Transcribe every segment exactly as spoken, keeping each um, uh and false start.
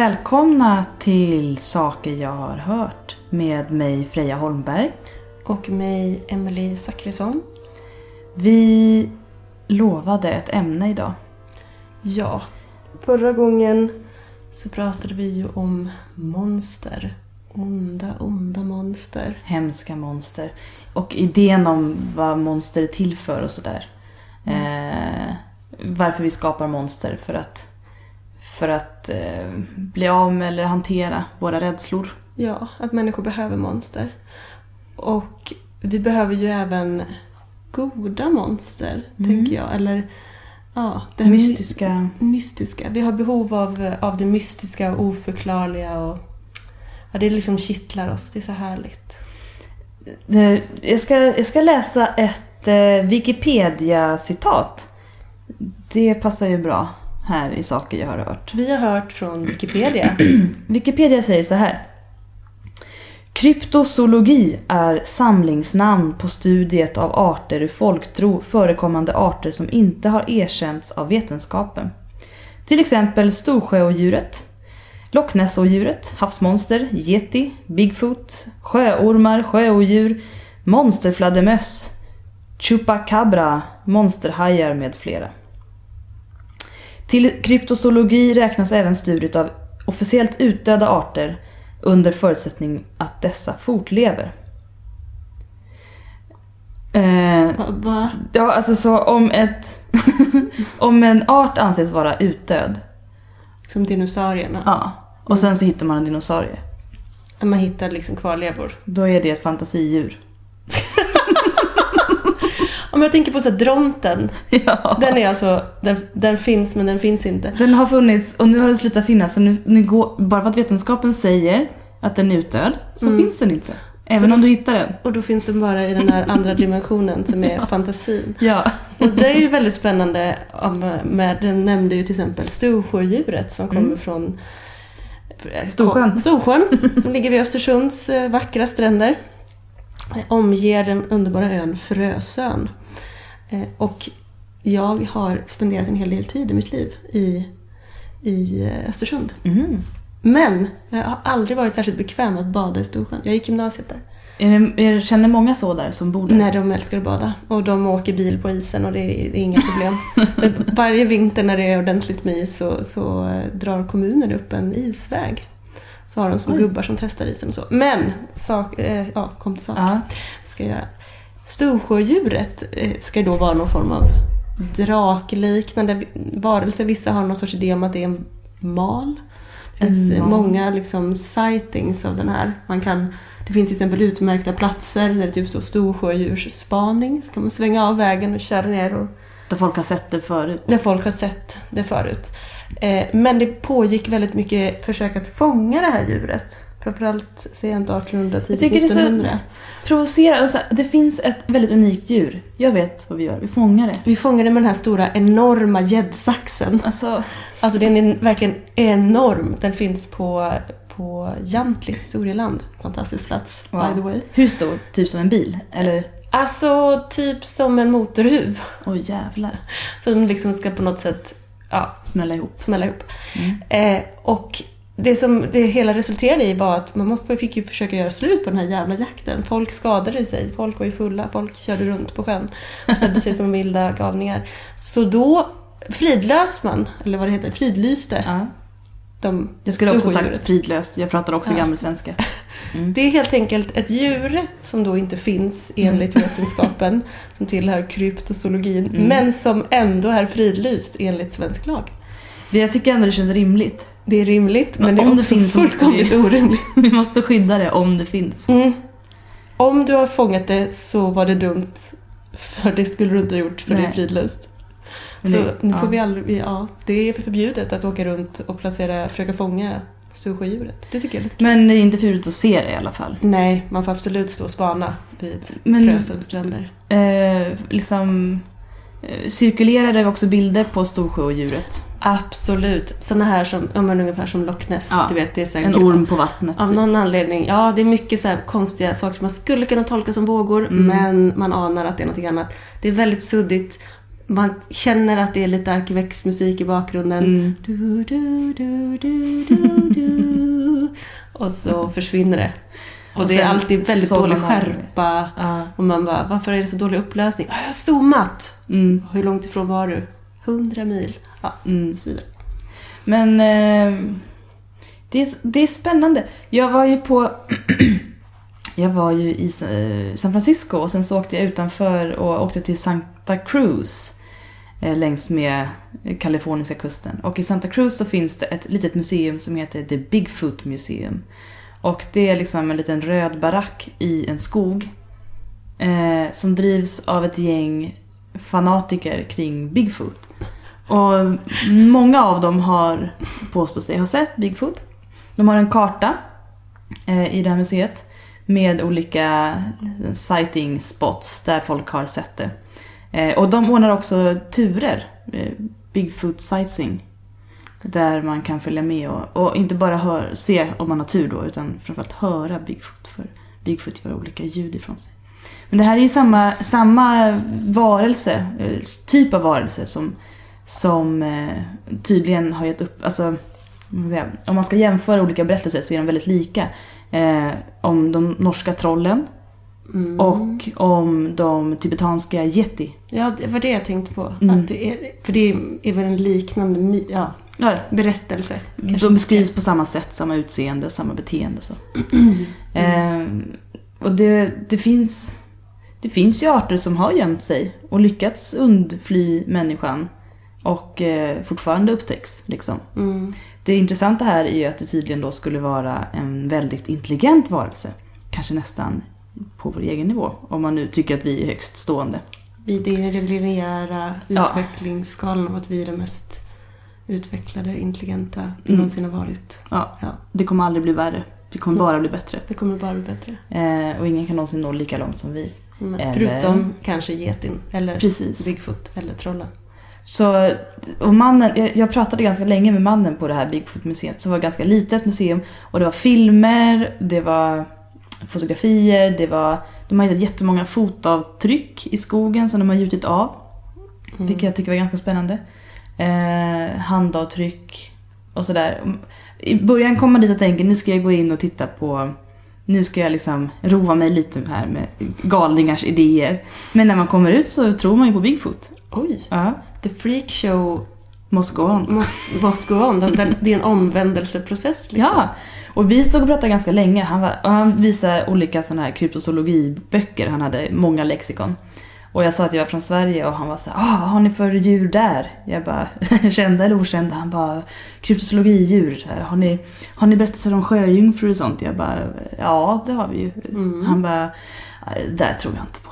Välkomna till Saker jag har hört med mig Freja Holmberg. Och mig Emelie Zackrisson. Vi lovade ett ämne idag. Ja, förra gången så pratade vi ju om monster. Onda, onda monster. Hemska monster. Och idén om vad monster är till för och sådär. Mm. Eh, varför vi skapar monster för att, för att eh, bli av med eller hantera våra rädslor. Ja, att människor behöver monster. Och vi behöver ju även goda monster, mm. tänker jag. Eller ja, det här mystiska. mystiska. Vi har behov av, av det mystiska och oförklarliga. Och, ja, det liksom kittlar oss. Det är så härligt. Jag ska, jag ska läsa ett eh, Wikipedia-citat. Det passar ju bra här i saker jag har hört. Vi har hört från Wikipedia. Wikipedia säger så här. Kryptozoologi är samlingsnamn på studiet av arter ur folktro förekommande arter som inte har erkänts av vetenskapen. Till exempel storsjöodjuret, Loch Ness-odjuret, havsmonster, yeti, Bigfoot, sjöormar, sjöodjur, monsterfladdermöss, chupacabra, monsterhajar med flera. Till kryptozoologi räknas även studiet av officiellt utdöda arter under förutsättning att dessa fortlever. Eh, Va? Ja, alltså så om ett om en art anses vara utdöd. Som dinosaurierna. Ja, och sen så hittar man en dinosaurie. Man hittar liksom kvarlevor. Då är det ett fantasidjur. Om jag tänker på så här, dronten. Ja. Den är alltså, den, den finns men den finns inte. Den har funnits och nu har den slutat finnas. Så nu, nu går, bara för att vetenskapen säger att den är utdöd så mm. finns den inte. Även då, om du hittar den. Och då finns den bara i den här andra dimensionen som är ja. fantasin. Ja. Och det är ju väldigt spännande. Med, den nämnde ju till exempel storsjödjuret som kommer mm. från Storsjön. Storsjön som ligger vid Östersunds vackra stränder. Omger den underbara ön Frösön. Och jag har spenderat en hel del tid i mitt liv i, i Östersund. Mm. Men jag har aldrig varit särskilt bekväm att bada i Storsjön. Jag gick gymnasiet där. Är det, är det, känner många så där som bor där? Nej, de älskar att bada. Och de åker bil på isen och det är, det är inga problem. Varje vinter när det är ordentligt med is så, så drar kommunen upp en isväg. Så har de som Oj. gubbar som testar isen och så. Men, sak, eh, ja, kom till sak. Ja. Ska jag göra. Storsjödjuret eh, ska då vara någon form av drakliknande varelse. Vissa har någon sorts idé om att det är en mal. Det finns mm. många liksom sightings av den här. Man kan, det finns till exempel utmärkta platser där det typ står storsjödjursspaning. Så kan man svänga av vägen och köra ner. Och, där folk har sett det förut. Där folk har sett det förut. Eh, men det pågick väldigt mycket försök att fånga det här djuret. Framförallt sent artonhundra, tidigt nittonhundra. Det är så provocerande. Det finns ett väldigt unikt djur. Jag vet vad vi gör. Vi fångar det. Vi fångar det med den här stora enorma gäddsaxen. Alltså, alltså den är verkligen enorm. Den finns på, på Jamtli, Storieland. Fantastisk plats, wow. by the way. Hur stor? Typ som en bil? Eller? Alltså typ som en motorhuv. Oj oh, jävlar. Som liksom ska på något sätt ja, smälla ihop. Smälla ihop. Mm. Eh, och det som det hela resulterade i var att man fick ju försöka göra slut på den här jävla jakten. Folk skadade sig, folk var ju fulla, folk körde runt på sjön och hade sig som vilda galningar. Så då fridlös man, eller vad det heter, fridlyste. Ja. De jag skulle också sagt fridlöst, jag pratar också ja. gammelsvenska. Mm. Det är helt enkelt ett djur som då inte finns enligt mm. vetenskapen, som tillhör kryptozoologin, mm. men som ändå är fridlyst enligt svensk lag. Det jag tycker ändå det känns rimligt. Det är rimligt, men, men det är om också det finns fullkomligt orimligt. Vi måste skydda det om det finns. Mm. Om du har fångat det så var det dumt, för det skulle du inte ha gjort för Nej. det är fridlöst. Så det, nu får ja. vi aldrig, ja, det är förbjudet att åka runt och placera, försöka fånga storsjödjuret. Det tycker jag är lite kul. Men det är inte förbjudet att se det i alla fall. Nej, man får absolut stå och spana vid Frösöns stränder. Eh, liksom eh, cirkulerar det också bilder på storsjödjuret? Absolut. Såna här som, om man ungefär som Loch Ness, ja, du vet, det är så här, en orm på vattnet. Av någon anledning. Ja, det är mycket så här konstiga saker som man skulle kunna tolka som vågor, mm. men man anar att det är något annat. Det är väldigt suddigt. man känner att det är lite Arkivex-musik i bakgrunden. Mm. Du, du, du, du, du, du. Och så försvinner det. Och, och det är alltid väldigt dålig skärpa. Uh. Och man bara, varför är det så dålig upplösning? Jag har zoomat. Mm. Hur långt ifrån var du? Hundra mil. Ja, mm. och så vidare. Men eh, det, är, det är spännande. Jag var ju på jag var ju i San Francisco och sen så åkte jag utanför och åkte till Santa Cruz eh, längs med kaliforniska kusten. Och i Santa Cruz så finns det ett litet museum som heter The Bigfoot Museum. Och det är liksom en liten röd barack i en skog eh, som drivs av ett gäng fanatiker kring Bigfoot. Och många av dem har påstått sig ha sett Bigfoot. De har en karta eh, i det här museet med olika sighting spots där folk har sett det. Eh, och de ordnar också turer, eh, Bigfoot sightseeing, där man kan följa med och, och inte bara hör, se om man har tur då, utan framförallt höra Bigfoot, för Bigfoot gör olika ljud ifrån sig. Men det här är ju samma, samma varelse, typ av varelse som, som eh, tydligen har gett upp, alltså om man ska jämföra olika berättelser så är de väldigt lika. Eh, om de norska trollen mm. och om de tibetanska yeti. Ja, det var det jag tänkte på. Mm. Att det är, för det är väl en liknande ja, ja. berättelse. Kanske de beskrivs på samma sätt, samma utseende, samma beteende. Så. Mm. Eh, och det, det, finns, det finns ju arter som har gömt sig och lyckats undfly människan och eh, fortfarande upptäcks. Liksom. Mm. Det intressanta här är ju att det tydligen då skulle vara en väldigt intelligent varelse. Kanske nästan på vår egen nivå. Om man nu tycker att vi är högst stående. I den linjära utvecklingsskalan av att vi är det mest utvecklade, intelligenta vi mm. någonsin har varit. Ja. ja, det kommer aldrig bli värre. Det kommer bara bli bättre. Det kommer bara bli bättre. Eh, och ingen kan någonsin nå lika långt som vi. Mm. Eller... Förutom kanske getin eller Precis. Bigfoot eller trollen. Så, och mannen, jag, jag pratade ganska länge med mannen på det här Bigfoot-museet, som var ganska litet museum, och det var filmer, det var fotografier, det var, de har hittat jättemånga fotavtryck i skogen som de har gjutit av, mm. vilket jag tycker var ganska spännande. Eh, handavtryck och sådär. I början kom man dit och tänkte, nu ska jag gå in och titta på, nu ska jag liksom rova mig lite här med galningars idéer. Men när man kommer ut så tror man ju på Bigfoot. Oj, ja. The freak show must go on. Must, must go on. Det är en omvändelseprocess. Liksom. Ja, och vi stod och pratade ganska länge. Han, var, och han visade olika såna här kryptozoologiböcker. Han hade många lexikon. Och jag sa att jag var från Sverige och han var så här, ah, vad har ni för djur där? Jag bara, kända eller okända? Han bara, kryptozoologidjur. Har ni, har ni berättelser om sjöjungfrur och sånt? Jag bara, ja, det har vi ju. Mm. Han bara, där tror jag inte på.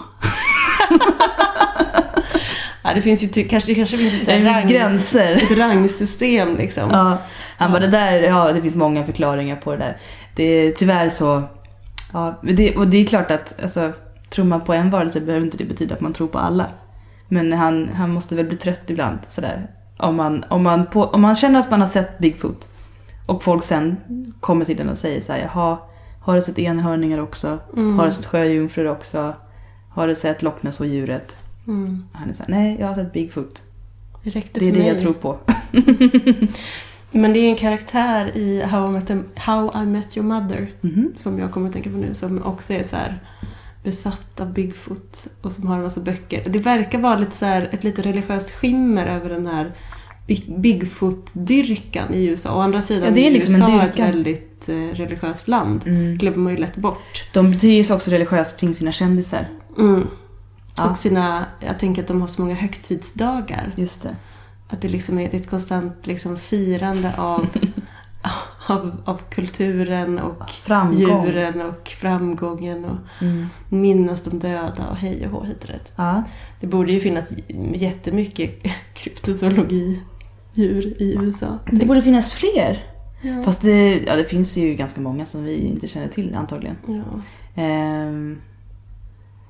Ja, det finns ju kanske, det kanske finns ett rangs, gränser. Ett rangsystem liksom. Ja, han ja. bara, det där, ja, det finns många förklaringar på det där. Det är tyvärr så, ja, det, och det är klart att, alltså, tror man på en varelse behöver inte det betyda att man tror på alla. Men han, han måste väl bli trött ibland, sådär. Om man, om, man på, om man känner att man har sett Bigfoot och folk sen kommer till den och säger så här, jaha, har du sett enhörningar också? Mm. Har du sett sjöjungfrur också? Har du sett Loch Ness och djuret? Mm. Han är så här, nej, jag har sett Bigfoot. Det räckte Det är för det mig. jag tror på. Men det är en karaktär i How I Met, How I Met Your Mother mm-hmm. som jag kommer att tänka på nu, som också är så här besatt av Bigfoot och som har en massa böcker. Det verkar vara lite så här, ett lite religiöst skimmer över den här Bigfoot-dyrkan i U S A. Å andra sidan, ja, det är liksom U S A en ett väldigt eh, religiöst land. Mm. Glömmer man ju lätt bort. De betyder ju också religiöst kring sina kändisar. Mm. Ja. Och sina, jag tänker att de har så många högtidsdagar. Just det. Att det liksom är ett konstant liksom firande av, av, av kulturen och framgång. Djuren och framgången och mm. minnas de döda och hej och hå hit och rätt. Ja. Det borde ju finnas jättemycket kryptozoologi-djur i U S A. Det borde finnas fler. Ja. Fast det, ja, det finns ju ganska många som vi inte känner till antagligen. Ja. Ehm.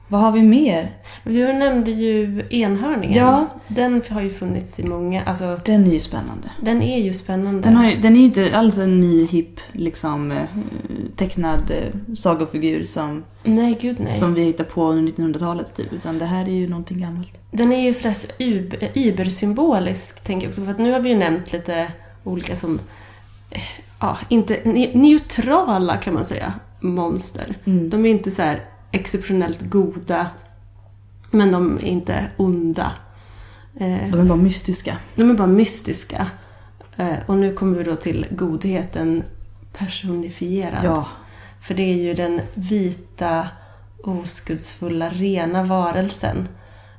Vad har vi mer? Du nämnde ju enhörningen. Ja. Den har ju funnits i många... Alltså, den är ju spännande. Den är ju spännande. Den, har ju, den är ju inte alls en ny, hipp, liksom, eh, tecknad eh, sagofigur som, nej, gud, nej. som vi hittar på under nittonhundratalet typ. Utan det här är ju någonting gammalt. Den är ju sådär uber, übersymbolisk, tänker jag också. För att nu har vi ju nämnt lite olika som... Eh, ja, inte neutrala kan man säga, monster. Mm. De är inte så här exceptionellt goda, men de är inte onda. De är bara mystiska. De är bara mystiska. Och nu kommer vi då till godheten personifierad. Ja. För det är ju den vita, oskuldsfulla, rena varelsen.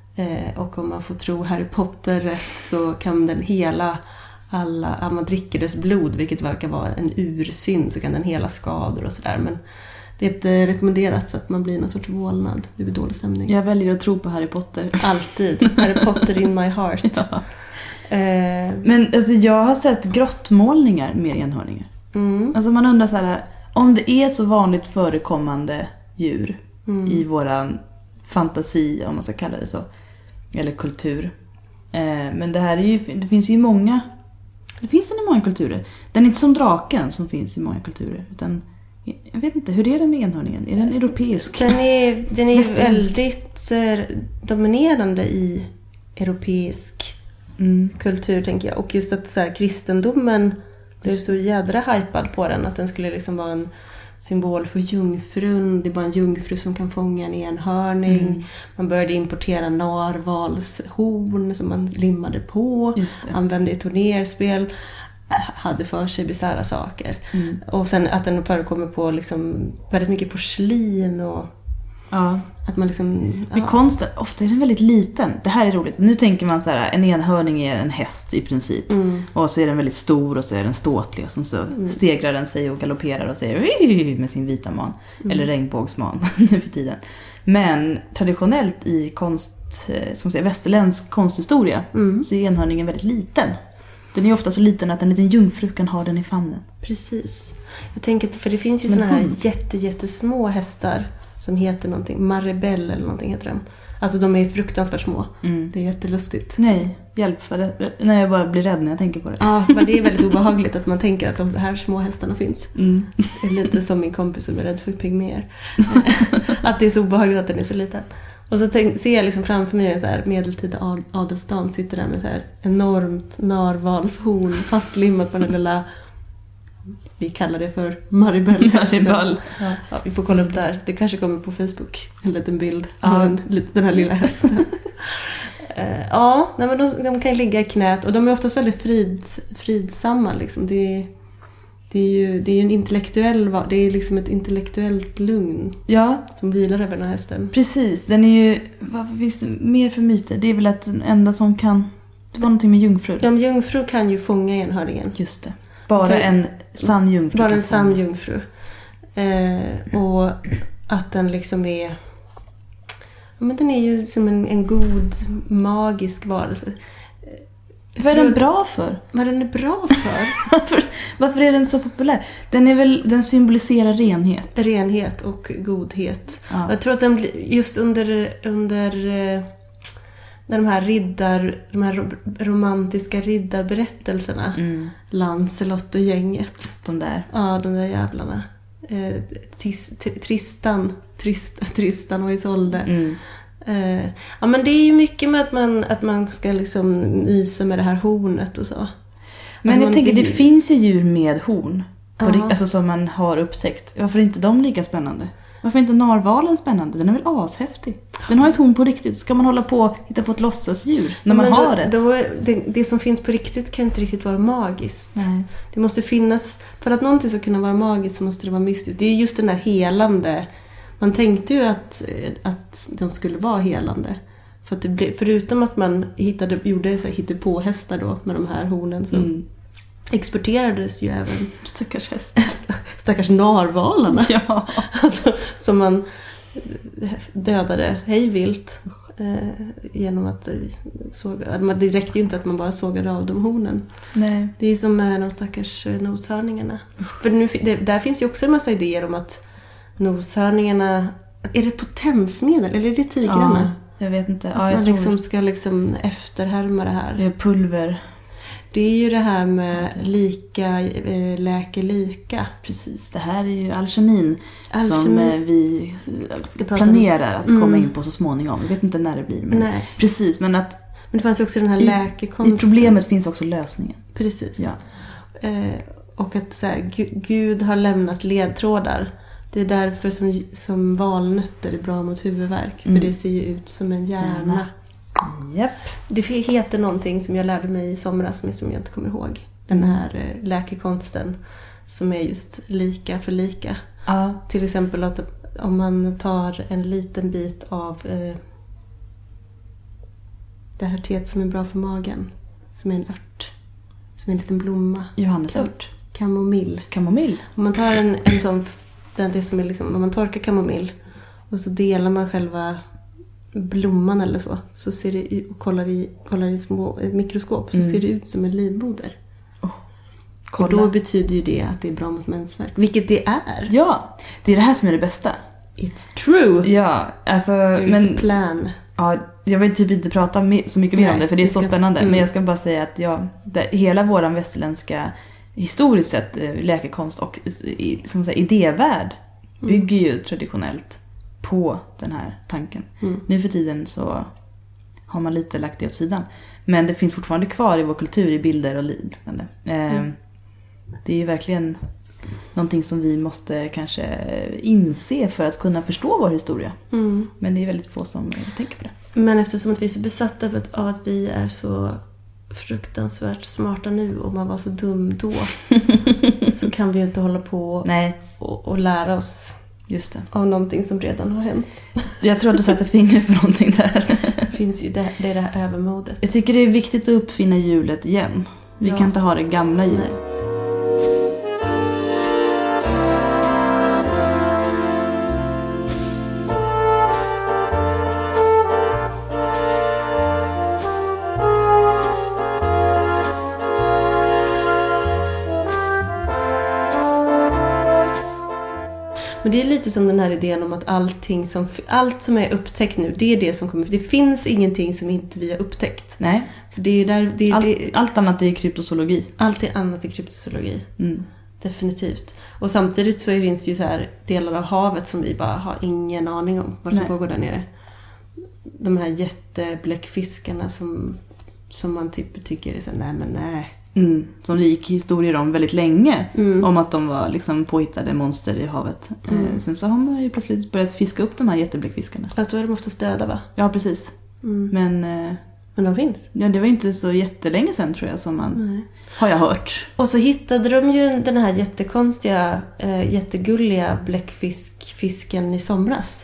Och om man får tro Harry Potter rätt så kan den hela alla, om man dricker dess blod, vilket verkar vara en ursynd, så kan den hela skador och sådär. Men det är inte rekommenderat för att man blir någon sorts vålnad. Det blir dålig stämning. Jag väljer att tro på Harry Potter. Alltid. Harry Potter in my heart. Ja. Eh. Men alltså, jag har sett grottmålningar med enhörningar. Mm. Alltså man undrar så här, om det är så vanligt förekommande djur mm. i våran fantasi, om man ska kalla det så, eller kultur. Eh, men det här är ju, det finns ju många, det finns den i många kulturer. Den är inte som draken som finns i många kulturer, utan jag vet inte, hur är den med enhörningen? Är den europeisk? Den är, den är väldigt eh, dominerande i europeisk mm. kultur, tänker jag. Och just att så här, kristendomen blev så jädra hypad på den, att den skulle liksom vara en symbol för jungfrun. Det är bara en jungfru som kan fånga en enhörning. Mm. Man började importera narvalshorn som man limmade på. Använde i turnerspel. Hade för sig bizarra saker. Mm. Och sen att den förekommer på liksom väldigt mycket porslin och ja. Att man liksom ja. Konsten, ofta är den väldigt liten. Det här är roligt. Nu tänker man så här, en enhörning är en häst i princip. Mm. Och så är den väldigt stor och så är den ståtlig och sen så mm. stegrar den sig och galopperar och säger med sin vita man mm. eller regnbågsman nu för tiden. Men traditionellt i konst, ska man säga, västerländsk konsthistoria mm. så är enhörningen väldigt liten. Den är ofta så liten att en liten jungfru kan ha den i famnen. Precis. Jag tänker, för det finns ju såna här jätte, jättesmå hästar som heter någonting. Maribel eller någonting heter de. Alltså de är fruktansvärt små. Mm. Det är jättelustigt. Nej, hjälp. För det, när jag bara blir rädd när jag tänker på det. Ja, men det är väldigt obehagligt att man tänker att de här små hästarna finns. Mm. Det är lite som min kompis som är rädd för pygméer. Att det är så obehagligt att den är så liten. Och så tänk, ser jag liksom framför mig en medeltida adelsdam sitter där med så här enormt narvalshorn fastlimmat på den lilla, vi kallar det för Maribel. Maribel. Ja. Ja, vi får kolla upp där. Det kanske kommer på Facebook. En liten bild av en, den här lilla hästen. uh, ja, nej, men de, de kan ligga i knät. Och de är oftast väldigt frid, fridsamma. Liksom. Det, det är ju det är en intellektuell, det är liksom ett intellektuellt lugn ja. Som vilar över den här hästen. Precis, den är ju, vad finns det mer för myter? Det är väl att den enda som kan, det var någonting med jungfrur. Ja, jungfru kan ju fånga enhörningen. Just det. Bara kan, en sann jungfru. Bara en sann jungfru. Eh, och att den liksom är... Ja, men den är ju som en, en god, magisk varelse. Jag vad är den bra för? Vad den är bra för? varför, varför är den så populär? Den är väl, den symboliserar renhet. Renhet och godhet. Ja. Jag tror att den just under... under när de här riddar, de här romantiska riddarberättelserna, mm. Lancelot och gänget. De där. Ja, de där jävlarna. Eh, tis, Tristan, Trist, Tristan och Isolde. Mm. Eh, ja, men det är ju mycket med att man, att man ska liksom mysa med det här hornet och så. Men alltså jag tänker, det, det finns ju djur med horn. Det, alltså som man har upptäckt. Varför är inte de lika spännande? Varför är inte narvalen spännande? Den är väl ashäftig. Den har ett horn på riktigt. Ska man hålla på och hitta på ett låtsasdjur när man men har då, det? Då, det? Det som finns på riktigt kan inte riktigt vara magiskt. Nej. Det måste finnas, för att någonting ska kunna vara magiskt så måste det vara mystiskt. Det är just den här helande. Man tänkte ju att, att de skulle vara helande. För att det blev, förutom att man hittade, gjorde så här, hittade på hästar då med de här hornen så mm. exporterades ju även stackars hästar. Stackars narvalarna. Ja. Alltså, som man dödade hejvilt eh, genom att såga. Det räckte ju inte att man bara sågade av de hornen. Nej. Det är som med de stackars noshörningarna. För nu, det, där finns ju också en massa idéer om att noshörningarna Är det potensmedel eller är det tigrarna? Ja, jag vet inte. Att Ja, jag man tror liksom ska liksom efterhärma det här. det är pulver. Det är ju det här med lika eh, läker lika. Precis, det här är ju alkemin, Alkemi. som eh, vi Ska prata planerar om. att komma Mm. in på så småningom. Jag vet inte när det blir. Men Nej. Precis, men att Men det fanns ju också den här i, läkekonsten. i problemet finns också lösningen. Precis. Ja. Eh, och att så här, Gu- Gud har lämnat ledtrådar. Det är därför som, som valnötter är bra mot huvudvärk. Mm. För det ser ju ut som en hjärna. Gärna. Japp. Det heter någonting som jag lärde mig i somras men som jag inte kommer ihåg. Den här eh, läkekonsten som är just lika för lika. Ja. Till exempel att om man tar en liten bit av eh, det här teet som är bra för magen. Som är en ört. Som är en liten blomma. Johannesört. Kamomill. Kamomill. Om man tar en, en sån, den det som är liksom, om man torkar kamomill och så delar man själva blomman eller så, så ser det ut, och kollar i, kollar i små ett mikroskop så Mm. ser det ut som en livmoder. Oh, och kolla. då betyder ju det att det är bra mot mensvärk, vilket det är. Ja, det är det här som är det bästa. It's true. Ja, alltså Here's men a plan. ja, jag vill typ inte prata me- så mycket mer Nej, om det för det är vi så ska spännande. inte- mm. Men jag ska bara säga att ja, det, hela våran västerländska historiskt sett eh, läkekonst och i, som säger, idévärld bygger ju traditionellt på den här tanken. Mm. Nu för tiden så har man lite lagt det åt sidan. Men det finns fortfarande kvar i vår kultur i bilder och liknande. Eh, Mm. Det är ju verkligen någonting som vi måste kanske inse för att kunna förstå vår historia. Mm. Men det är väldigt få som tänker på det. Men eftersom att vi är så besatta av att, av att vi är så fruktansvärt smarta nu och man var så dum då så kan vi ju inte hålla på Nej, och, och lära oss just det. av någonting som redan har hänt. Jag tror att du sätter fingret på någonting där. Det finns ju det, det är det här övermodet. Jag tycker det är viktigt att uppfinna hjulet igen. Vi Ja. kan inte ha det gamla hjulet. Nej. Men det är lite som den här idén om att allting som, allt som är upptäckt nu, det är det som kommer. Det finns ingenting som inte vi har upptäckt. Nej, För det är där, det är, allt, det, allt annat är kryptozoologi. allt är annat i kryptozoologi. Mm. Definitivt. Och samtidigt så finns det ju så här delar av havet som vi bara har ingen aning om vad som Nej. pågår där nere. De här jättebläckfiskarna som, som man typ tycker är så här, nej men nej. Mm. Som det gick historier om väldigt länge. Mm. Om att de var liksom påhittade monster i havet. Mm. Eh, Sen så har man ju plötsligt börjat fiska upp de här jättebläckfiskarna. Fast då är de oftast döda va? Ja, precis. Mm. Men eh, Men de finns. ja, det var inte så jättelänge sedan tror jag som man... Nej. Har jag hört. Och så hittade de ju den här jättekonstiga, äh, jättegulliga bläckfiskfisken i somras.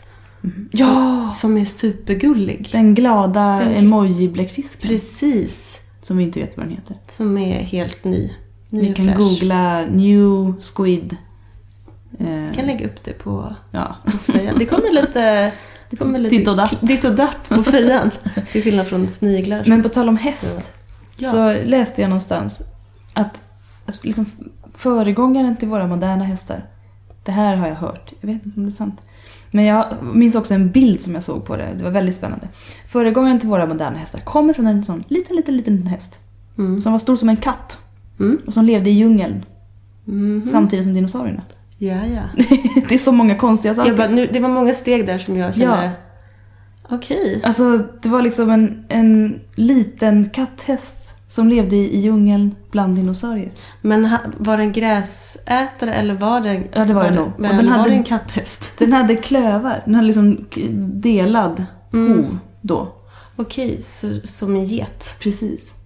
Ja! Som är supergullig. Den glada Den- emoji-bläckfisken. Precis. Som vi inte vet vad den heter. Som är helt ny. Ny Ni och kan fräsch. googla New Squid. Eh, Jag kan lägga upp det på, ja. på fejan. Det kommer lite... Det kommer lite Ditt och datt. Ditt och datt på fejan. Till skillnad från sniglar. Men på tal om häst. Ja. Så läste jag någonstans att alltså, liksom, föregångaren till våra moderna hästar. Det här har jag hört. Jag vet inte om det är sant. Men jag minns också en bild som jag såg på det. Det var väldigt spännande. Föregångaren till våra moderna hästar kommer från en sån liten, liten, liten häst. Mm. Som var stor som en katt. Mm. Och som levde i djungeln. Mhm. Samtidigt som dinosaurierna. Ja, ja. Det är så många konstiga saker. Jag bara, nu, det var många steg där som jag kände... Ja. Okej. Alltså det var liksom en, en liten katthäst som levde i, i djungeln bland dinosaurier. Men ha, var det en gräsätare eller var det... Ja, det var det nog. Och Men den var hade- det en katthäst? Den hade klövar. Den hade liksom k- delad Mm. hov då. Okej, så, som en get. Precis.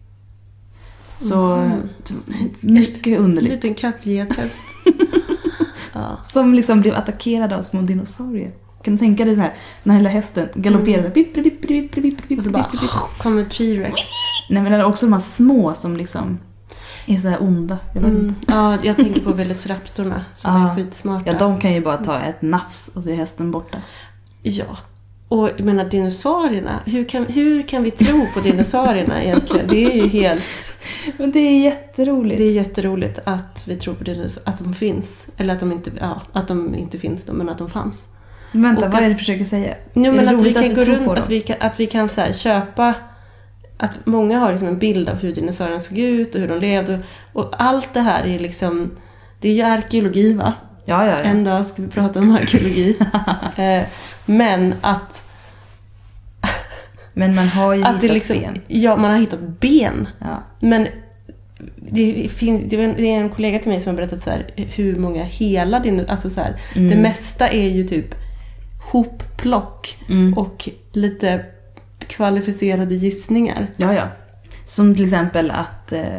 Så Mm. t- mycket En underligt. liten kattgethäst. Ja. Som liksom blev attackerad av små dinosaurier. Kan du tänka dig så här, den här lilla hästen galopperade. Mm. Bip, bip, bip, bip, bip, bip, bip, Och så bara bip, bip. kommer T-rex. Nej, men det är också de här små som liksom är så här onda. Jag vet Mm. inte. Ja, jag tänker på Velociraptorna som Ja. är skitsmarta. Ja, de kan ju bara ta ett nafs och så är hästen borta. Ja. Och jag menar dinosaurierna. Hur kan, hur kan vi tro på dinosaurierna egentligen? Det är ju helt... Men det är jätteroligt. Det är jätteroligt att vi tror på dinosaurier, att de finns. Eller att de inte, ja, att de inte finns då, men att de fanns. Vänta, Och vad är det att- du försöker säga? Jo, Är men det att vi roligt kan gå tror runt, på att dem? vi kan, att vi kan så här, köpa, att många har liksom en bild av hur dinosaurierna såg ut och hur de levde. Och, och allt det här är liksom, det är ju arkeologi, va? Ja, ja, ja. En dag ska vi prata om arkeologi. eh, men att, Men man har ju att det hittat liksom, ben. ja, man har hittat ben. Ja. Men det, finns, det är en- det är en kollega till mig som har berättat så här, hur många hela din, alltså så här, Mm. det mesta är ju typ hopplock Mm. och lite kvalificerade gissningar. Ja, ja. Som till exempel att eh,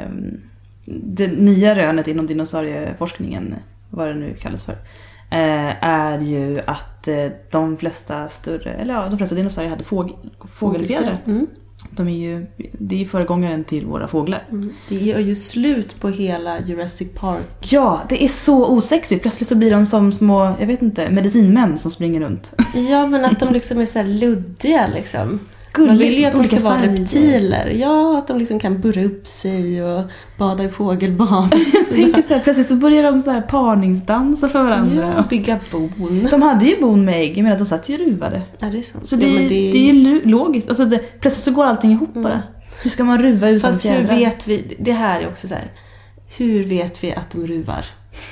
det nya rönet inom dinosaurieforskningen, vad det nu kallas för, eh, är ju att eh, de flesta större, eller ja, de flesta dinosaurier hade fågel, fågelfjädrar. Mm. De är ju, det är ju föregångaren till våra fåglar. Mm. Det gör ju slut på hela Jurassic Park. Ja, det är så osexigt. Plötsligt så blir de som små, jag vet inte, medicinmän som springer runt. Ja, men att de liksom är så här luddiga liksom. Gulliga, Man vill ju att de olika ska vara färger. reptiler. Ja, att de liksom kan burra upp sig och bada i fågelbad. Jag tänker så här, plötsligt så börjar de så här parningsdansa för varandra. Ja, bygga bon. De hade ju bon med ägg, men de satt ju ruvade. Ja, det är sant. Så det, ja, men det... det är ju logiskt. Alltså det, plötsligt så går allting ihop Mm. bara. Hur ska man ruva utan Fast hur fjädrar? vet vi, det här är också så här, hur vet vi att de ruvar?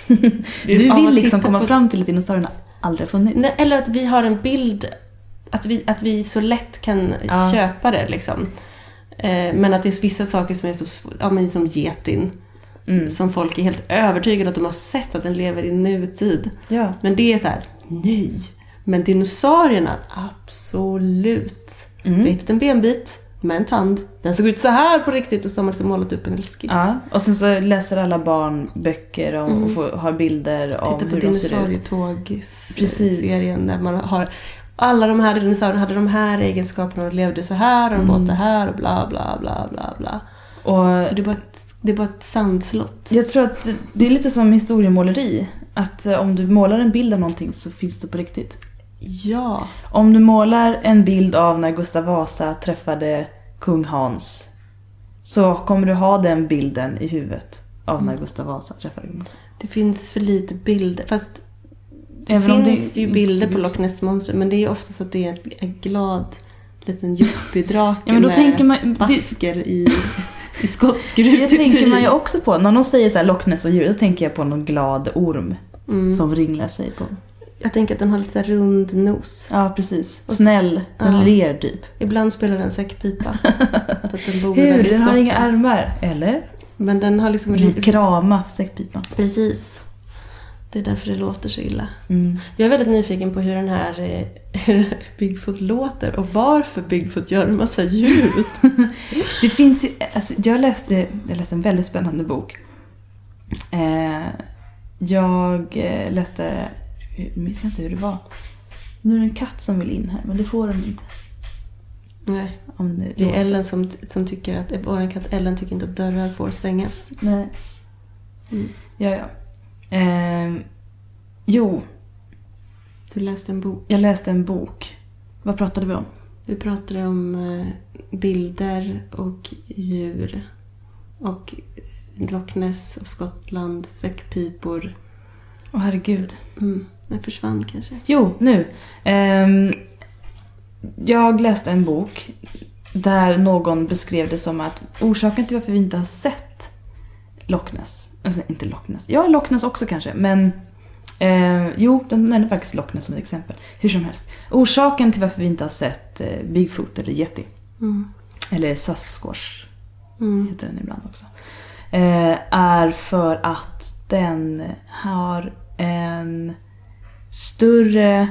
Du Av vill att liksom titta komma på- fram till att dinosaurierna aldrig har funnits. Nej, eller att vi har en bild, att vi, att vi så lätt kan Ja. köpa det liksom. Eh, men att det är vissa saker som är så sv- ja, men som getin, Mm. som folk är helt övertygade att de har sett att den lever i nutid. Ja. Men det är så här, nej. Men dinosaurierna, absolut. Mm. Vi har hittat en benbit med en tand. Den såg ut så här på riktigt, och så har man liksom målat upp en skiss. Ja, och sen så läser alla barn böcker och, Mm. och får, har bilder om Titta på hur de ser ut. dinosaurietåg-serien där man har alla de här dinosaurierna hade de här egenskaperna och levde så här och de Mm. åt det här och bla bla bla bla bla. Och Och det är bara ett, det är bara ett sandslott. jag tror att det är lite som historiemåleri. Att eh, om du målar en bild av någonting så finns det på riktigt. Ja. Om du målar en bild av när Gustav Vasa träffade kung Hans, så kommer du ha den bilden i huvudet av när Mm. Gustav Vasa träffade kung Hans. Det finns för lite bilder. Fast det Även om finns det ju inte bilder ser på ut Loch så. Ness Monster. Men det är ju oftast att det är en glad liten yuppie-drake Ja, men då med tänker man, det, basker i, i skotskruv. det tänker man ju också på. När någon säger så här Loch Ness och djur, då tänker jag på någon glad orm Mm. som ringlar sig på. Jag tänker att den har lite så här rund nos. Ja, precis. Snäll. Den Ja. ler typ. Ibland spelar den säckpipa. Att den bor Hur? väldigt Den har skott. inga ärmar. Eller? Men den har liksom... Mm. Krama säckpipan. Precis. Det är därför det låter så illa. Mm. Jag är väldigt nyfiken på hur den här eh, hur Bigfoot låter. Och varför Bigfoot gör en massa ljud. Det finns ju, alltså, jag läste, jag läste en väldigt spännande bok. Eh, jag eh, läste, jag minns inte hur det var. Nu är det en katt som vill in här, men det får den inte. Nej. Om det, Det är låter. Ellen som, som tycker att... Vår katt Ellen tycker inte att dörrar får stängas. Nej. Mm. Ja, ja. Eh, jo, Du läste en bok. jag läste en bok. Vad pratade vi om? Vi pratade om eh, bilder och djur. Och Loch Ness och Skottland, säckpipor. Åh herregud. Mm. Den försvann kanske. Jo, nu. Ehm, jag läste en bok där någon beskrev det som att orsaken till varför vi inte har sett Loch Ness, alltså inte Loch Ness, ja Loch Ness också kanske, men eh, jo, den nämnde faktiskt Loch Ness som ett exempel, hur som helst. Orsaken till varför vi inte har sett eh, Bigfoot eller Yeti, Mm. eller Sasquatch Mm. heter den ibland också, eh, är för att den har en större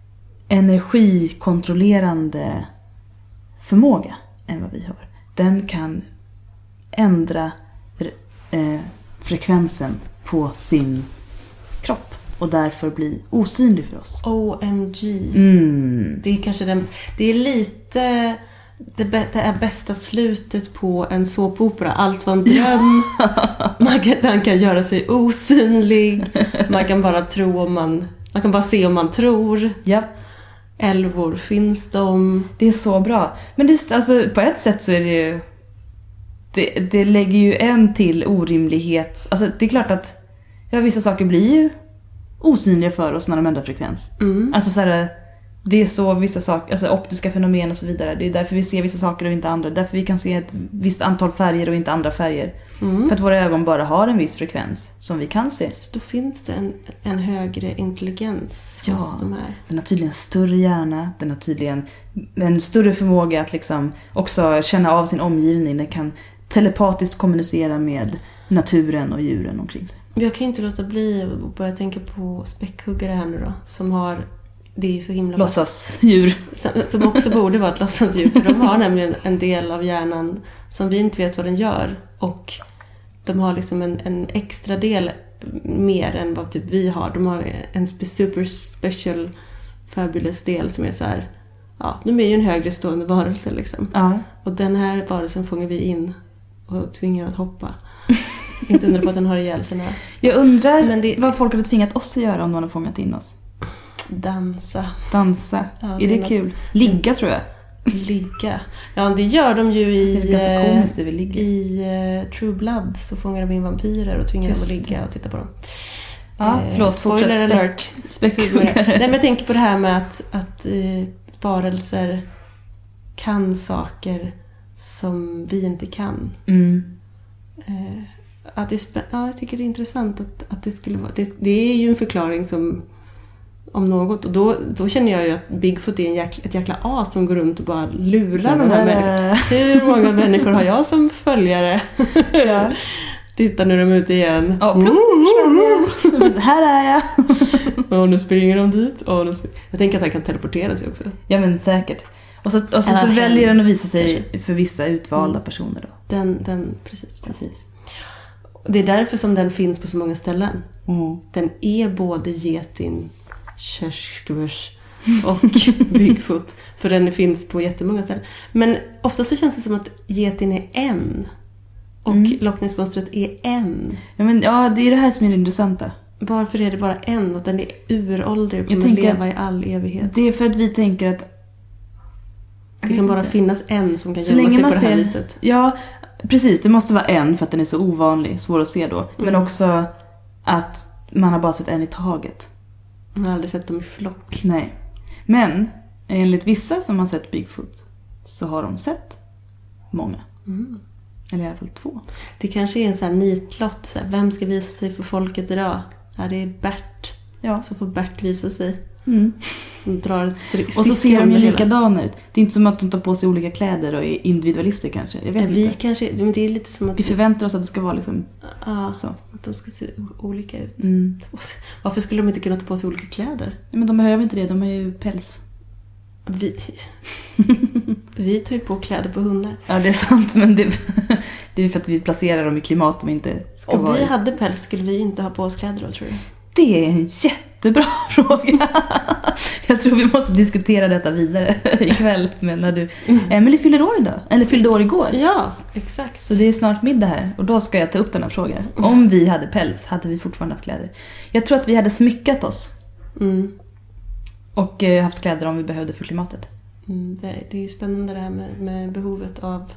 energikontrollerande förmåga än vad vi har. Den kan ändra eh, frekvensen på sin kropp och därför bli osynlig för oss. O M G. Mm. Det är kanske den... Det är lite... Det, bä- det är bästa slutet på en såpopera. Allt var en dröm. Man kan, man kan göra sig osynlig. Man kan bara tro om man... Man kan bara se om man tror. Ja, Älvor, finns de? det är så bra. Men det, alltså, på ett sätt så är det ju... Det, det lägger ju en till orimlighet. Alltså det är klart att ja, vissa saker blir ju osynliga för oss när de ändrar frekvens. Mm. Alltså så här, det är så vissa saker, alltså optiska fenomen och så vidare. Det är därför vi ser vissa saker och inte andra. Därför vi kan se ett visst antal färger och inte andra färger. Mm. För att våra ögon bara har en viss frekvens som vi kan se. Så då finns det en, en högre intelligens Ja, hos de här. den har tydligen en större hjärna. Den har tydligen en större förmåga att liksom också känna av sin omgivning. Den kan telepatiskt kommunicera med naturen och djuren omkring sig. Jag kan inte låta bli att börja tänka på späckhuggare här nu då. Som har, det är ju så himla... Låtsasdjur. Som, som också borde vara ett låtsasdjur. För de har nämligen en del av hjärnan som vi inte vet vad den gör. Och de har liksom en, en extra del mer än vad typ vi har. De har en super special fabulous del som är så här... Ja, de är ju en högre stående varelse liksom. Ja. Och den här varelsen fångar vi in och tvingar att hoppa. Inte undra på att den har ihjäl sina... Jag undrar Men det- vad folk hade tvingat oss att göra om någon hade fångat in oss. Dansa, Dansa. Ja, är det det, är något- kul? Ligga tror jag. ligga. Ja, det gör de ju i... Det är ganska eh, komiskt hur vi ligger. I eh, True Blood så fångar de in vampyrer och tvingar dem att Just ligga och titta på dem. Ja, Eh, förlåt. spoiler fortsätt. alert. Späckhuggare. Nej, men jag tänker på det här med att, att eh, varelser kan saker som vi inte kan. Mm. Eh, att det är spä- ja, jag tycker det är intressant att, att det skulle vara... Det, det är ju en förklaring som om något. Och då, då känner jag ju att Bigfoot är en jäkla, ett jäkla as som går runt och bara lurar de här människorna. Hur många människor har jag som följare? Ja. Titta, nu är de ute igen. Ja, plupp, försvann jag. Här är jag. Och nu springer de dit. Och nu spring... Jag tänker att han kan teleportera sig också. Ja, men säkert. Och så, och så, Eller så hen, väljer den att visa sig kanske. för vissa utvalda Mm. personer då. Den, den, precis, den. Precis. Det är därför som den finns på så många ställen. Mm. Den är både getin, körsgurs och Bigfoot. För den finns på jättemånga ställen. Men ofta så känns det som att getin är en. Och Mm. Loch Ness-monstret är en. Ja, men, ja, det är det här som är det intressanta. Varför är det bara en? Och den är uråldrig och Jag kommer tänker leva i all evighet. Det är för att vi tänker att... Det kan bara finnas en som kan Så gömma länge sig på man det här ser... viset. Ja, precis. Det måste vara en för att den är så ovanlig, svår att se då. Men Mm. också att man har bara sett en i taget. Jag har aldrig sett dem i flock. Nej. Men enligt vissa som har sett Bigfoot så har de sett många. Mm. Eller i alla fall två. Det kanske är en sån här nitlott. Så här, vem ska visa sig för folket idag? Ja, det är Bert. Ja. Så får Bert visa sig. Mm. Och drar ett stri- Och så ser de ju under hela- likadana ut. Det är inte som att de tar på sig olika kläder och är individualister kanske. Jag vet Ja, vi inte. kanske, men det är lite som att Vi förväntar oss att det ska vara liksom ja, så. att de ska se o- olika ut. Mm. Och se- Varför skulle de inte kunna ta på sig olika kläder? Ja, men de behöver inte det, de har ju päls. Vi, vi tar ju på kläder på hundar. Ja, det är sant, men det, det är för att vi placerar dem i klimat de inte ska Om vara vi i. hade päls skulle vi inte ha på oss kläder då, tror du? Det är en jättebra fråga. Jag tror vi måste diskutera detta vidare ikväll. Men när du... Emily fyller år idag. Eller fyllde år igår. Ja, exakt. Så det är snart middag här. Och då ska jag ta upp den här frågan. Om vi hade päls, hade vi fortfarande haft kläder? Jag tror att vi hade smyckat oss. Mm. Och eh, haft kläder om vi behövde för klimatet. Mm, det, det är ju spännande det här med, med behovet av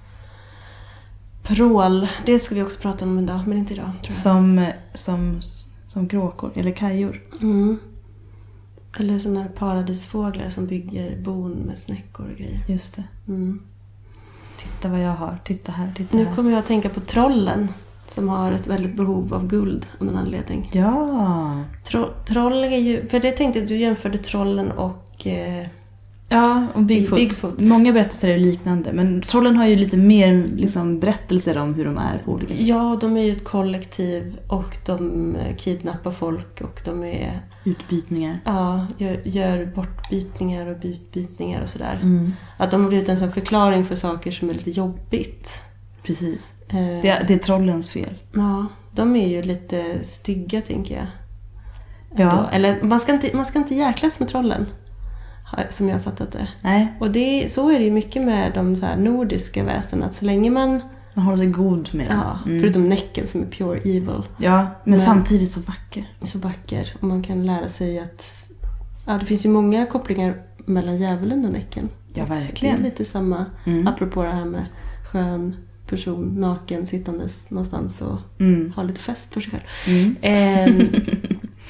prål. Det ska vi också prata om idag, men inte idag, tror jag. Som, som, som kråkor. Eller kajor. Mm. Eller såna här paradisfåglar som bygger bon med snäckor och grejer. Just det. Mm. Titta vad jag har. Titta här, titta Nu här. kommer jag att tänka på trollen som har ett väldigt behov av guld av någon anledning. Ja. Tro, troll är ju... För det tänkte jag att du jämförde trollen och... Eh, Ja, och Bigfoot. Bigfoot. Många berättelser är liknande. Men trollen har ju lite mer liksom, berättelser om hur de är på olika sätt. ja, de är ju ett kollektiv och de eh, kidnappar folk och de är... Utbytningar. Ja, gör, gör bortbytningar och bytbytningar och sådär. Mm. Att de har blivit en sån förklaring för saker som är lite jobbigt. Precis. Eh, Det är, det är trollens fel. Ja, de är ju lite stygga, tänker jag. Ja. Ändå. Eller man ska, inte, man ska inte jäklas med trollen, som jag har fattat det. Nej, Och det, så är det ju mycket med de så här nordiska väsen. Att så länge man... man håller sig god med den. Ja, Mm. förutom Näcken som är pure evil. Ja, men, Men- samtidigt så vacker. Så vacker. Och man kan lära sig att... Ja, det finns ju många kopplingar mellan djävulen och Näcken. Ja, Att verkligen. Det är lite samma, Mm. apropå det här med skön person, naken, sittandes någonstans och Mm. ha lite fest för sig själv. Mm. Ehm,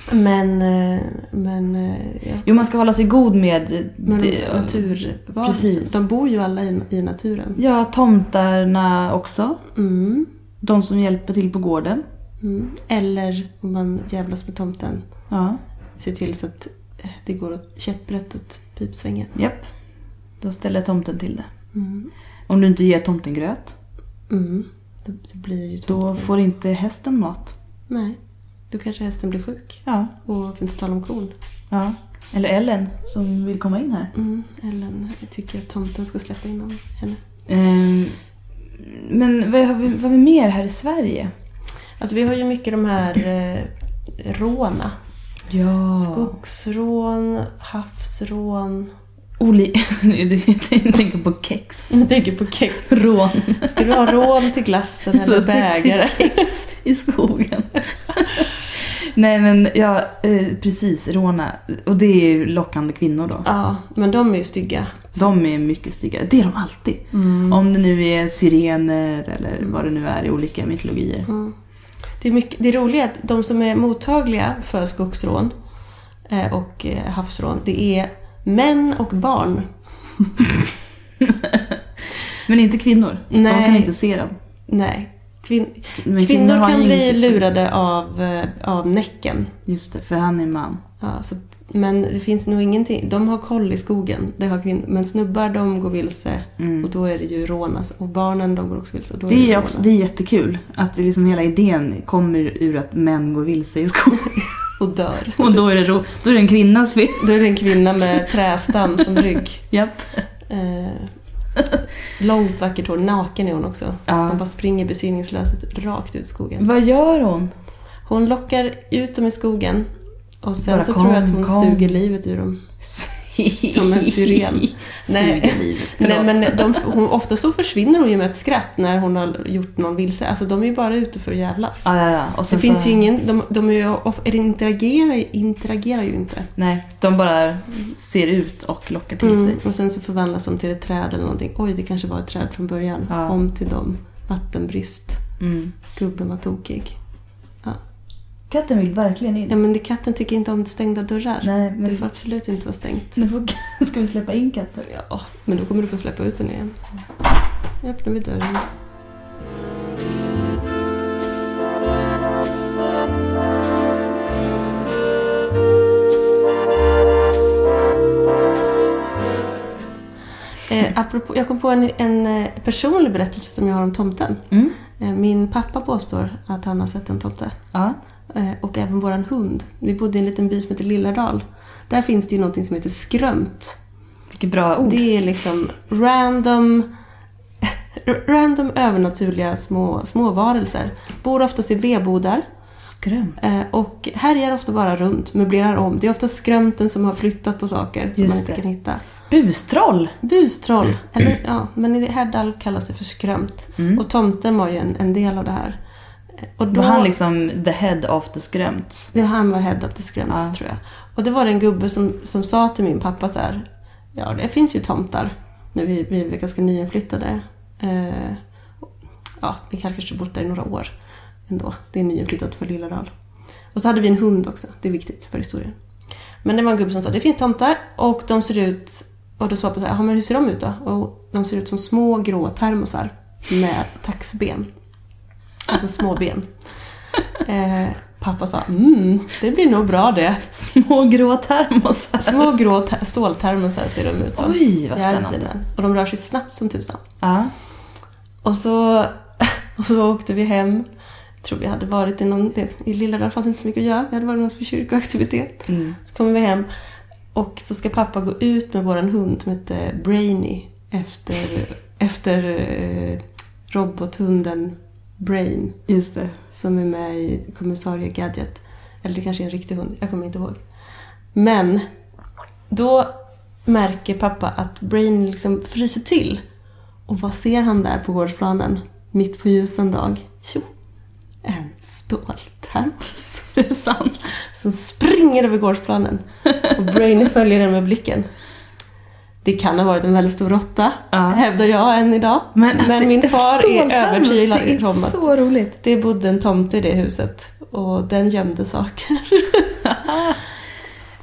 Men, men ja. Jo, man ska hålla sig god med men det, naturvarelser. Precis. De bor ju alla i, i naturen. Ja, tomtarna också. Mm. De som hjälper till på gården. Mm. Eller om man jävlas med tomten. Ja. Se till så att det går åt käpprätt åt pipsvängen. Japp. Då ställer tomten till det. Mm. Om du inte ger tomten gröt. Mm. Då, då blir ju tomten. Då får inte hästen mat. Nej. Då kanske hästen blir sjuk. Ja. Och för inte tala om kon. Ja. Eller Ellen som vill komma in här. Mm. Ellen tycker att tomten ska släppa in henne. Um, men vad har, vi, vad har vi mer här i Sverige? Alltså vi har ju mycket de här eh, råna. Ja. Skogsrån, havsrån. Oli... Jag tänker på kex. Jag tänker på kex. Rån. Ska du ha rån till glassen eller så bägare? Kex i skogen. Nej men ja, eh, precis, råna. Och det är ju lockande kvinnor då. Ja, men de är ju stygga. De är mycket stygga. Det är de alltid. Mm. Om det nu är sirener eller mm. vad det nu är i olika mytologier. Mm. Det är mycket, det är roligt att de som är mottagliga för skogsrån eh, och eh, havsrån, det är män och barn. Men inte kvinnor. Nej. De kan inte se dem. Nej. Kvin- kvinnor, kvinnor kan bli lurade av, av Näcken. Just det, för han är man. Ja, så, men det finns nog ingenting. De har koll i skogen. Det har kvin- men snubbar, de går vilse. Mm. Och då är det ju rånas. Och barnen, de går också vilse. Och då det, är det, är också, det är jättekul. Att det liksom hela idén kommer ur att män går vilse i skogen. Och dör. Och då är det, ro- då är det en kvinnas fel. Då är det en kvinna med trästam som rygg. Japp. Eh, långt vackert hår. Naken är hon också. Ja. Hon bara springer besinningslöst rakt ut i skogen. Vad gör hon? Hon lockar ut dem i skogen. Och sen bara så kom, tror jag att hon kom. suger livet ur dem. Som en syren. Nej, livet, nej men de, hon, ofta så försvinner hon ju med ett skratt när hon har gjort någon vilse. Alltså de är ju bara ute för att jävlas. Ja, ja, ja. Och det finns så... ju ingen, de, de är ju, är interagerar, interagerar ju inte. Nej, de bara ser ut och lockar till mm, sig. Och sen så förvandlas de till ett träd eller någonting. Oj, det kanske var ett träd från början. Ja. Om till dem. Vattenbrist. Mm. Gubben var tokig. Ja. Katten vill verkligen in. Ja, men det, katten tycker inte om stängda dörrar. Nej, men... Det får absolut inte vara stängt. Nu får... Ska vi släppa in katten? Ja, men då kommer du få släppa ut den igen. Nu öppnar vi dörren. Eh, apropå, jag kom på en, en personlig berättelse som jag har om tomten. Mm. Eh, min pappa påstår att han har sett en tomte. Ja. Eh, och även våran hund. Vi bodde i en liten by som heter Lillardal. Där finns det ju något som heter skrömt. Vilket bra ord. Det är liksom random, random övernaturliga små, små varelser. Bor oftast i vedbodar. Skrömt. Eh, och härjar ofta bara runt, möblerar om. Det är ofta skrömten som har flyttat på saker som Just man inte det. kan hitta. Bustroll. Bustroll. Mm. Eller, ja, men i Härdal kallas det för skrömt. Mm. Och tomten var ju en, en del av det här. Och då, var han liksom the head of the skrömt? Ja, han var head of the skrömt, ja. Tror jag. Och det var en gubbe som, som sa till min pappa så här: ja, det finns ju tomtar. Nu vi, vi är ganska nyinflyttade. Eh, ja, vi kanske bort där i några år ändå. Det är nyinflyttat för Lillardal. Och så hade vi en hund också. Det är viktigt för historien. Men det var en gubbe som sa: det finns tomtar och de ser ut... Och då svarade jag så här: men hur ser de ut då? Och de ser ut som små grå termosar med taxben. Alltså små ben. Eh, pappa sa: mm, det blir nog bra det. Små grå termosar. Små grå ter- ståltermosar ser de ut som. Oj, vad spännande. Ja, och de rör sig snabbt som tusan. Ja. Och så, och så åkte vi hem. Jag tror vi hade varit i någon... I Lillardal fanns inte så mycket att göra. Vi hade varit någon för kyrkoaktivitet. Mm. Så kommer vi hem. Och så ska pappa gå ut med våran hund som heter Brainy. Efter, efter eh, robothunden Brain. Just det. Som är med i Kommissarie Gadget. Eller det kanske är en riktig hund. Jag kommer inte ihåg. Men då märker pappa att Brain liksom fryser till. Och vad ser han där på gårdsplanen? Mitt på ljusan dag. Jo, en ståltermos. Det är sant. Som springer över gårdsplanen. Och Brainy följer den med blicken. Det kan ha varit en väldigt stor råtta, ja. Hävdar jag än idag. Men, Men min far är övertygad om att så roligt. Det bodde en tomte i det huset. Och den gömde saker.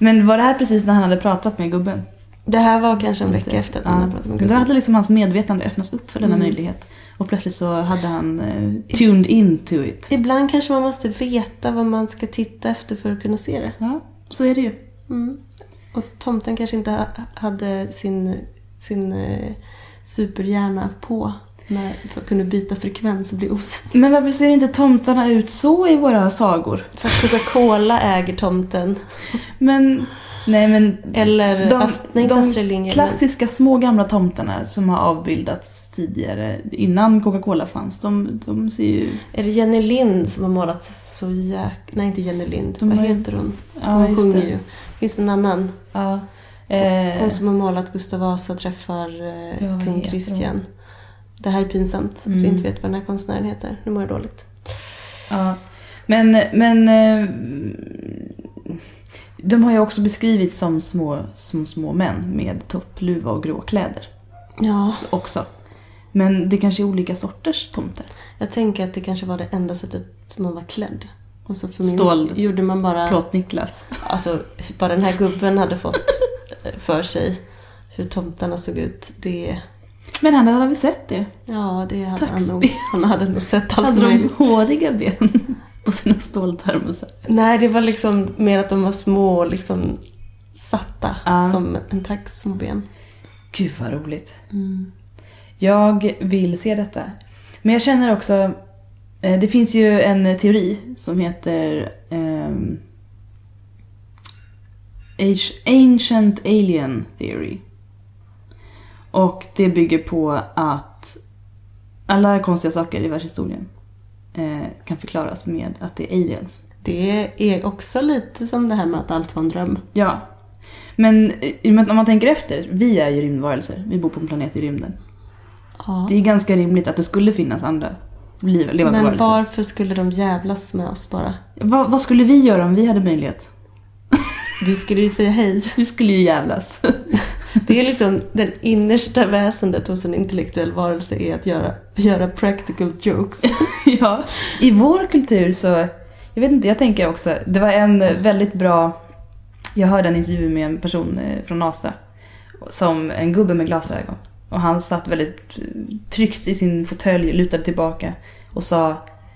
Men var det här precis när han hade pratat med gubben? Det här var kanske en vecka efter att han ja. hade pratat med gubben. Då hade liksom hans medvetande öppnats upp för denna mm. möjlighet. Och plötsligt så hade han eh, tuned into it. Ibland kanske man måste veta vad man ska titta efter för att kunna se det. Ja, så är det ju. Mm. Och tomten kanske inte hade sin, sin eh, superhjärna på med, för att kunna byta frekvens och bli os. Men varför ser inte tomtarna ut så i våra sagor? För att Coca-Cola äger tomten. Men... Nej, men eller de, ast, nej, de klassiska små gamla tomtarna som har avbildats tidigare innan Coca-Cola fanns, de, de ser ju... Är det Jenny Lind som har målat så jäk... Nej, inte Jenny Lind. De Vad har... heter hon? Ja, hon sjunger ju. Finns en annan. Ja. Eh... Hon som har målat Gustav Vasa träffar eh, ja, kung Christian. Hon. Det här är pinsamt mm. att vi inte vet vad den här konstnären heter. Nu mår jag dåligt. Ja, men... men eh... de har ju också beskrivits som små, som små män med toppluva och grå kläder. Ja. Också. Men det kanske är olika sorters tomter. Jag tänker att det kanske var det enda sättet man var klädd. Och så för min Stål, gjorde man bara... Plåt Niklas. Alltså, bara den här gubben hade fått för sig hur tomtarna såg ut. Det... Men han hade väl sett det? Ja, det hade han nog. Han hade nog sett allt hade möjligt. Hade de håriga ben på sina ståltermosar? Nej, det var liksom mer att de var små och liksom satta ah. som en tax små ben. Gud vad roligt. Mm. Jag vill se detta. Men jag känner också... Eh, det finns ju en teori som heter... Eh, Ancient Alien Theory. Och det bygger på att alla konstiga saker i världshistorien eh, kan förklaras med att det är aliens. Det är också lite som det här med att allt var en dröm. Ja. Men om man tänker efter, vi är ju rymdvarelser. Vi bor på en planet i rymden. Ja. Det är ganska rimligt att det skulle finnas andra liv, levande Men varelser. Varför skulle de jävlas med oss bara? Va, vad skulle vi göra om vi hade möjlighet? Vi skulle ju säga hej. Vi skulle ju jävlas. Det är liksom den innersta väsendet hos en intellektuell varelse är att göra, göra practical jokes. Ja, i vår kultur så... Jag vet inte, jag tänker också... Det var en väldigt bra... Jag hörde en intervju med en person från NASA. Som en gubbe med glasögon. Och han satt väldigt tryggt i sin fåtölj, lutade tillbaka. Och sa...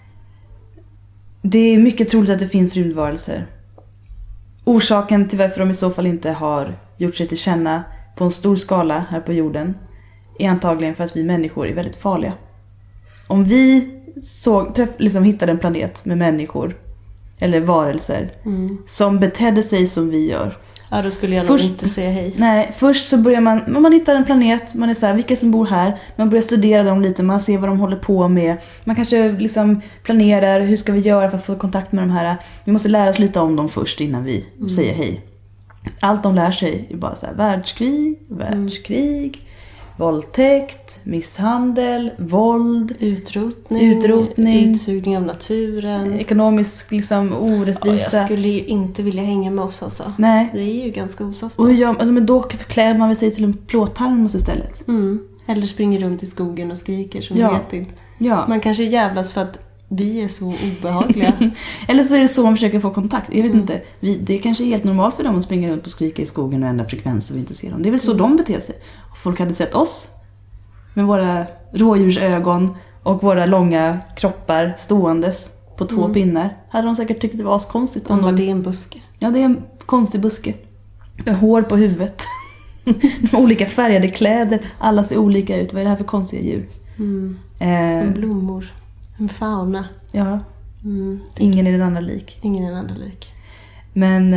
Det är mycket troligt att det finns rymdvarelser. Orsaken till varför de i så fall inte har gjort sig till känna på en stor skala här på jorden är antagligen för att vi människor är väldigt farliga. Om vi såg, träff, liksom hittade en planet med människor eller varelser mm. som betedde sig som vi gör. Ja, då skulle jag först, nog inte säga hej. Nej, först så börjar man, man hittar en planet, man är så här, vilka som bor här, man börjar studera dem lite, man ser vad de håller på med. Man kanske liksom planerar, hur ska vi göra för att få kontakt med de här. Vi måste lära oss lite om dem först innan vi mm. säger hej. Allt de lär sig är bara så här, världskrig, världskrig, mm. våldtäkt, misshandel, våld, utrotning, utrotning, utsugning av naturen, ekonomisk liksom orättvisa. Ja, jag skulle ju inte vilja hänga med oss alltså. Nej. Det är ju ganska osofta. Och ja, men då förklär man väl sig till en plåttarmos istället. Mm. Eller springer runt i skogen och skriker som ja. vet inte. Ja. Man kanske jävlas för att vi är så obehagliga. Eller så är det så man försöker få kontakt. Jag vet mm. inte. Vi, det är kanske är helt normalt för dem att springa runt och skrika i skogen och ändra frekvenser och vi inte ser dem. Det är väl så mm. de beter sig. Och folk hade sett oss med våra rådjursögon och våra långa kroppar ståendes på två mm. pinnar. Hade de säkert tyckt det var konstigt. Om de... det är en buske. Ja, det är en konstig buske. Med hår på huvudet. Med olika färgade kläder. Alla ser olika ut. Vad är det här för konstiga djur? Mm. Eh... Som blommor. En fauna. Ja. Mm, ingen är den andra lik. Ingen är den andra lik. Men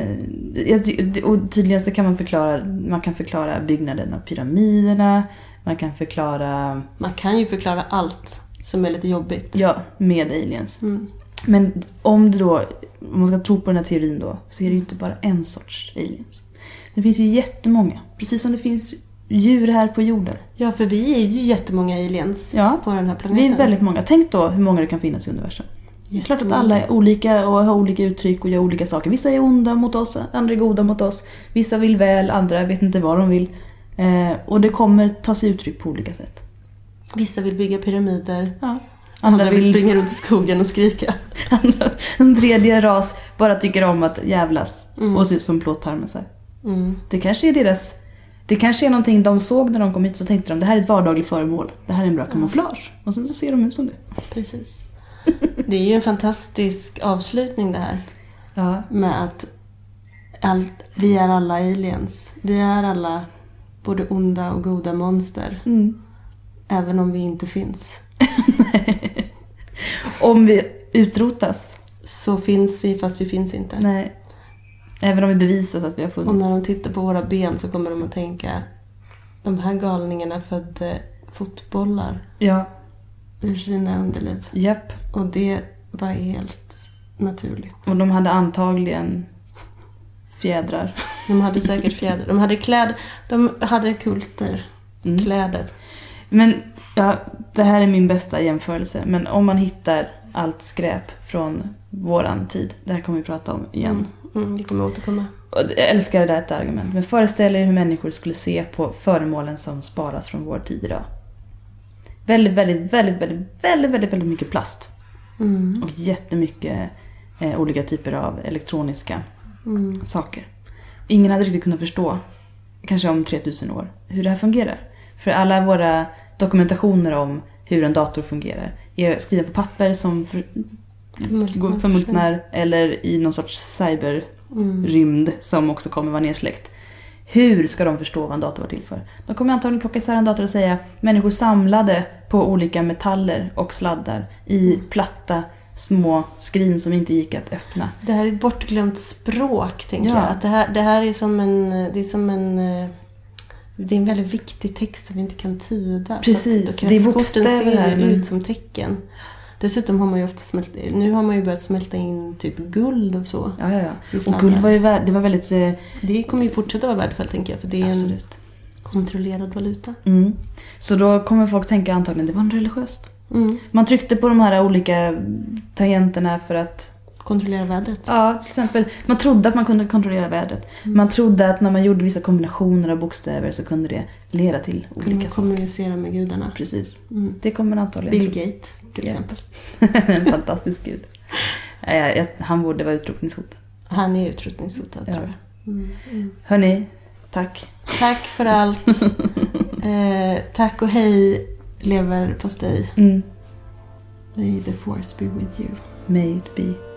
eh, och tydligen så kan man förklara man kan förklara byggnaden av pyramiderna, man kan förklara man kan ju förklara allt som är lite jobbigt. Ja, med aliens. Mm. Men om du då om man ska tro på den här teorin då så är det ju inte bara en sorts aliens. Det finns ju jättemånga, precis som det finns djur här på jorden. Ja, för vi är ju jättemånga aliens ja, på den här planeten. Vi är väldigt många. Tänk då hur många det kan finnas i universum. Det är klart att alla är olika och har olika uttryck och gör olika saker. Vissa är onda mot oss, andra är goda mot oss. Vissa vill väl, andra vet inte vad de vill. Eh, och det kommer ta sig uttryck på olika sätt. Vissa vill bygga pyramider. Ja. Andra vill springa runt i skogen och skrika. Andra, en tredje ras bara tycker om att jävlas mm. och se ut som plåttarmar. Mm. Det kanske är deras... Det kanske är någonting de såg när de kom hit, så tänkte de det här är ett vardagligt föremål. Det här är en bra kamouflage. Och sen så ser de ut som det. Precis. Det är ju en fantastisk avslutning det här. Ja. Med att allt, vi är alla aliens. Vi är alla både onda och goda monster. Mm. Även om vi inte finns. Om vi utrotas. Så finns vi fast vi finns inte. Nej. Även om vi bevisat att vi har funnits. Och när de tittar på våra ben så kommer de att tänka, de här galningarna födde fotbollar. Ja. Ur sina underliv. Japp. Och det var helt naturligt. Och de hade antagligen fjädrar. De hade säkert fjädrar. De hade kläder. De hade kulter. Mm. Kläder. Men ja, det här är min bästa jämförelse. Men om man hittar allt skräp från våran tid. Det här kommer vi prata om igen. Mm. Mm, det kommer återkomma. Och jag älskar det där ett argument. Men föreställ er hur människor skulle se på föremålen som sparas från vår tid idag. Väldigt, väldigt, väldigt, väldigt, väldigt, väldigt, väldigt mycket plast. Mm. Och jättemycket eh, olika typer av elektroniska mm. saker. Ingen hade riktigt kunnat förstå, kanske om tre tusen år, hur det här fungerar. För alla våra dokumentationer om hur en dator fungerar är skrivna på papper som för, Förmultnar. förmultnar eller i någon sorts cyberrymd mm. som också kommer vara nedsläckt. Hur ska de förstå vad en dator var till för? De kommer antagligen plocka isär en dator och säga människor samlade på olika metaller och sladdar i platta små skrin som inte gick att öppna. Det här är ett bortglömt språk, tänker Ja. jag. Att det, här, det här är som en... Det är som en... Det är en väldigt viktig text som vi inte kan tyda. Precis, det är bokstäver ser här, men... ut som tecken. Dessutom har man ju ofta smält... Nu har man ju börjat smälta in typ guld och så. Ja, ja, ja. Och guld var ju värd, det var väldigt... Eh... Det kommer ju fortsätta vara värdefullt, tänker jag. För det är Absolut. en kontrollerad valuta. Mm. Så då kommer folk tänka antagligen det var en religiöst. Mm. Man tryckte på de här olika tangenterna för att... Kontrollera vädret. Ja, till exempel. Man trodde att man kunde kontrollera vädret. Mm. Man trodde att när man gjorde vissa kombinationer av bokstäver så kunde det leda till olika kunde man saker. kommunicera med gudarna. Precis. Mm. Det kommer antagligen. Bill Gates till Ja. exempel. En fantastisk gud. Ja, ja, han borde vara utrotningshotad. Han är utrotningshotad, Ja. tror jag. Mm. Mm. Hörni, tack. Tack för allt. eh, tack och hej, leverpastej. Mm. May the force be with you. May it be.